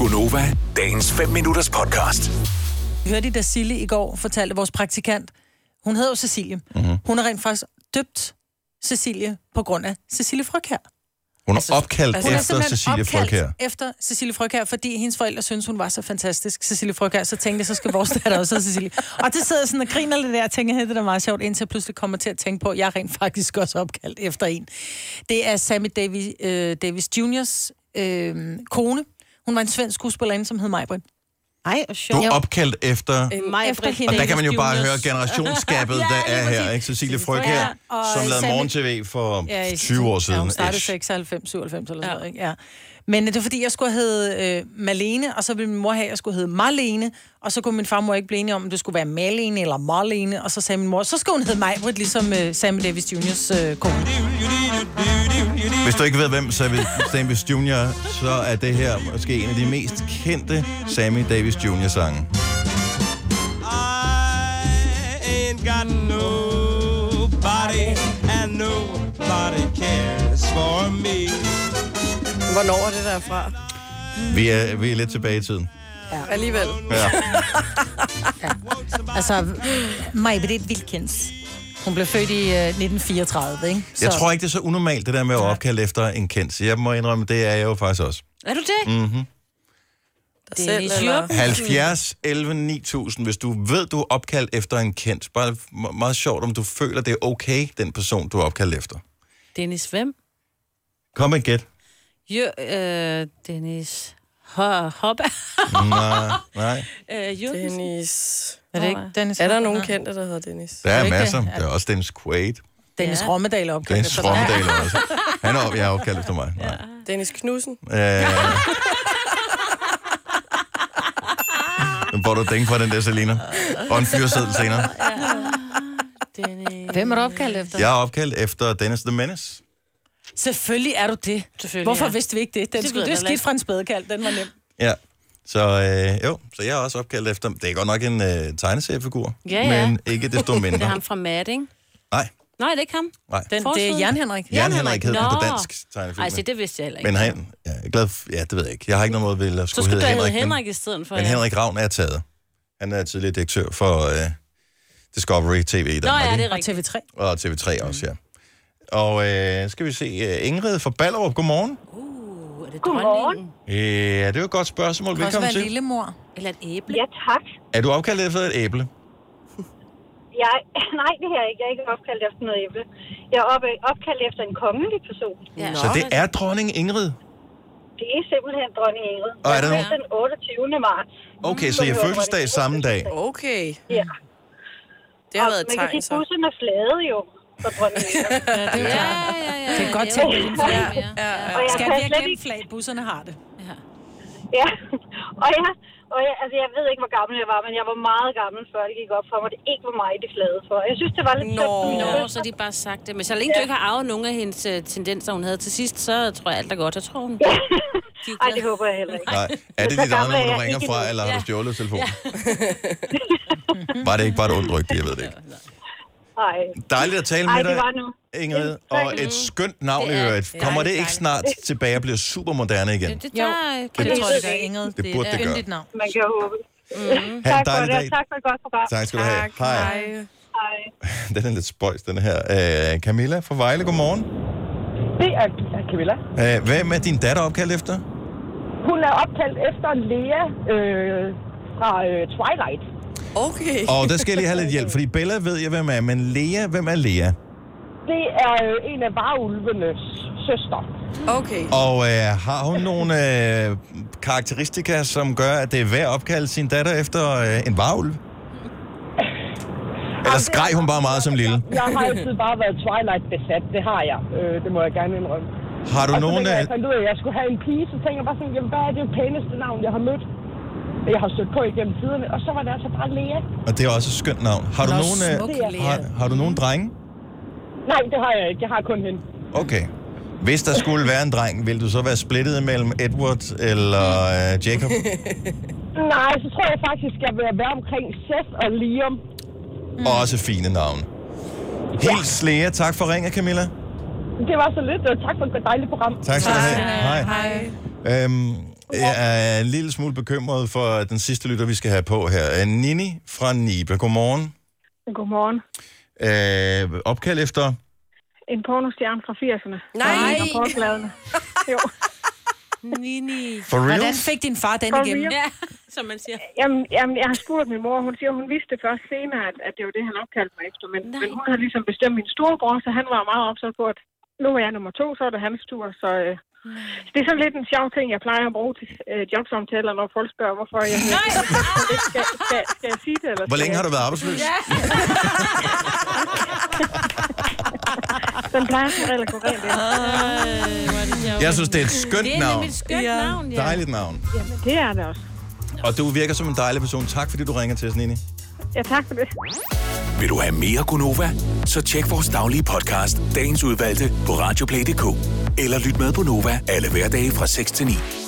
Gonova, dagens 5 minutters podcast. Vi hørte da Sille i går fortalte vores praktikant, hun hedder jo Cecilie. Mm-hmm. Hun har rent faktisk døbt Cecilie på grund af Cecilie Frøkjær. Hun er opkaldt efter Cecilie Frøkjær. Efter Cecilie Frøkjær, fordi hendes forældre synes hun var så fantastisk, Cecilie Frøkjær, så tænkte jeg, så skal vores datter også hedde Cecilie. Og det sidder sådan og griner lidt der, og tænker, det er meget sjovt, indtil jeg pludselig kommer til at tænke på, at jeg er rent faktisk også opkaldt efter en. Det er Sammy Davis Jr.'s kone. Hun var en svensk skuespillerinde, som hed Maj-Brit. Ej, du er opkaldt efter hende. Og der kan man jo bare høre generationsskabet, der er her, ikke? Cecilie Frøkjær, som lavede morgen-tv for 20 år siden. Ja, hun startede 96, 97 eller sådan noget, ikke? Ja. Men det er fordi, jeg skulle hedde Malene, og så ville min mor have, at jeg skulle hedde Marlene, og så kunne min farmor ikke blive enige om det skulle være Malene eller Marlene, og så sagde min mor, så skulle hun hedde Maj-Brit, ligesom Sammy Davis Jr.'s kone. Hvis du ikke ved, hvem Sammy Davis Jr., så er det her måske en af de mest kendte Sammy Davis Jr.-sange. Got nobody, and nobody cares for me. Hvornår er det derfra? Vi er lidt tilbage i tiden. Ja, alligevel. Ja. Ja. Altså, Maj-Brit Wilkins. Hun blev født i 1934, ikke? Jeg tror ikke, det er så unormalt, det der med at opkalde efter en kendt. Så jeg må indrømme, det er jeg jo faktisk også. Er du det? Mhm. Selv, eller? 70, 11, 9000. Hvis du ved, du er opkaldt efter en kendt. Bare meget sjovt, om du føler, det er okay, den person, du er opkaldt efter. Dennis hvem? Kom med et gæt. Jo, Dennis Hopper. Nej. Dennis. Er det ikke Dennis? Er der nogen kendte, der hedder Dennis? Der er masser. Der er også Dennis Quaid. Dennis Rommedal er opkaldt efter mig. Dennis Rommedal også. Han er opkaldt efter mig. Nej. Dennis Knudsen. Den får du dænge fra den der, Selina. Og en fyreseddel senere. Hvem er du opkaldt efter? Jeg er opkaldt efter Dennis the Menace. Selvfølgelig er du det. Hvorfor vidste vi ikke det? Det er skidt fra en spædekald. Den var nem. Ja. Så så jeg er også opkaldt efter... Det er godt nok en tegneseriefigur, men ikke desto mindre. Det er ham fra Mad, ikke? Nej, det er ikke ham. Nej. Det er Jan Henrik. Jan Henrik hedder på dansk tegnefilm. Nej, det vidste jeg heller ikke. Men han... Ja, jeg er glad for, det ved jeg ikke. Jeg har ikke nogen måde ved at skulle hedde Henrik. Så skulle Henrik i stedet for. Men Henrik Ravn er taget. Han er tidligere direktør for Discovery TV i Danmark. Nå ja, det er rigtigt. TV3. Og TV3 også, ja. Og skal vi se, Ingrid fra Ballerup, godmorgen. Er det dronningen? Ja, det er jo et godt spørgsmål. Det kan også være lillemor. Eller et æble? Ja, tak. Er du opkaldt efter et æble? Nej, det her er ikke. Jeg er ikke opkaldt efter noget æble. Jeg er opkaldt efter en kongelig person. Ja. Så det er dronning Ingrid? Det er simpelthen dronning Ingrid. Og er det den 28. marts. Okay, så jeg fødselsdag samme dag? Okay. Ja. Det har været et tegn, så. Man kan sige, busserne flade jo for dronning Ingrid. Ja. Det er godt til at blive en flag. Skal vi slet glemme flag? Busserne har det. Ja. Altså, jeg ved ikke, hvor gammel jeg var, men jeg var meget gammel, før det gik op for mig. Det ikke var mig, de flade for. Jeg synes, det var lidt Nå, så de bare sagt det. Men så længe du ikke har arvet nogle af hendes tendenser, hun havde til sidst, så tror jeg alt er godt. Jeg tror hun. Ej, det håber jeg heller ikke. Nej. Er det dit eget nummer, du ringer fra, eller har du stjålet telefonen? Var det ikke bare et ondt rygte? Jeg ved det ikke. Nej. Dejligt at tale med dig, Ingrid. Og et skønt navn i øvrigt. Kommer det ikke snart tilbage og bliver super moderne igen? Det tror jeg, det gør, Ingrid. Det burde det gøre. Man kan håbe. Ha' en dejlig dag. Tak for et godt program. Tak skal du have. Hej. Den er lidt spøjs, den her. Camilla fra Vejle, godmorgen. Det er Camilla. Hvem er din datter opkaldt efter? Hun er opkaldt efter Lea fra Twilight. Okay. Og der skal jeg lige have lidt hjælp, fordi Bella ved jeg, hvem er, men Lea, hvem er Lea? Det er en af varulvenes søster. Okay. Og har hun nogle karakteristika, som gør, at det er værd at opkalde sin datter efter en varulv? Eller skreg hun bare meget som lille? Jeg har altid bare været Twilight-besat, det har jeg. Det må jeg gerne indrømme. Har du og så nogen... jeg fandt ud af, at jeg skulle have en pige, så tænkte jeg bare sådan, jamen, hvad er det pæneste navn, jeg har mødt? Jeg har stødt på igennem tiderne, og så var det altså bare Lea. Og det er også et skønt navn. Har du nogen drenge? Nej, det har jeg ikke. Jeg har kun hende. Okay. Hvis der skulle være en dreng, vil du så være splittet mellem Edward eller Jacob? Nej, så tror jeg faktisk, jeg vil være omkring Seth og Liam. Også fine navn. Hils Lea. Tak for ringen, Camilla. Det var så lidt. Tak for et dejligt program. Tak skal du have. Hej. Jeg er en lille smule bekymret for den sidste lytter, vi skal have på her. Nini fra Nibe. Godmorgen. Godmorgen. Opkald efter? En pornostjerne fra 80'erne. Nej! Rapportbladene. Jo. Nini. For real? Hvordan fik din far den For igennem? real? Ja, som man siger. Jamen, jeg har spurgt min mor, hun siger, hun vidste det først senere, at det var det, han opkaldte mig efter. Men hun havde ligesom bestemt min storebror, så han var meget opsat på, at nu er jeg nummer 2, så er det hans tur. Så det er sådan lidt en sjov ting, jeg plejer at bruge til jobsamtaler, når folk spørger, hvorfor jeg skal jeg sige det? Eller Hvor længe har du været arbejdsløs? Ja. Den plejer som regel at gå rent. Jeg synes, det er et skønt Det er navn. nemlig et skønt navn, ja. Dejligt navn. Jamen, det er det også. Og du virker som en dejlig person. Tak, fordi du ringer til os, Nini. Ja, tak for det. Vil du have mere Gunova? Så tjek vores daglige podcast, dagens udvalgte, på radioplay.dk. Eller lyt med på Nova alle hverdage fra 6 til 9.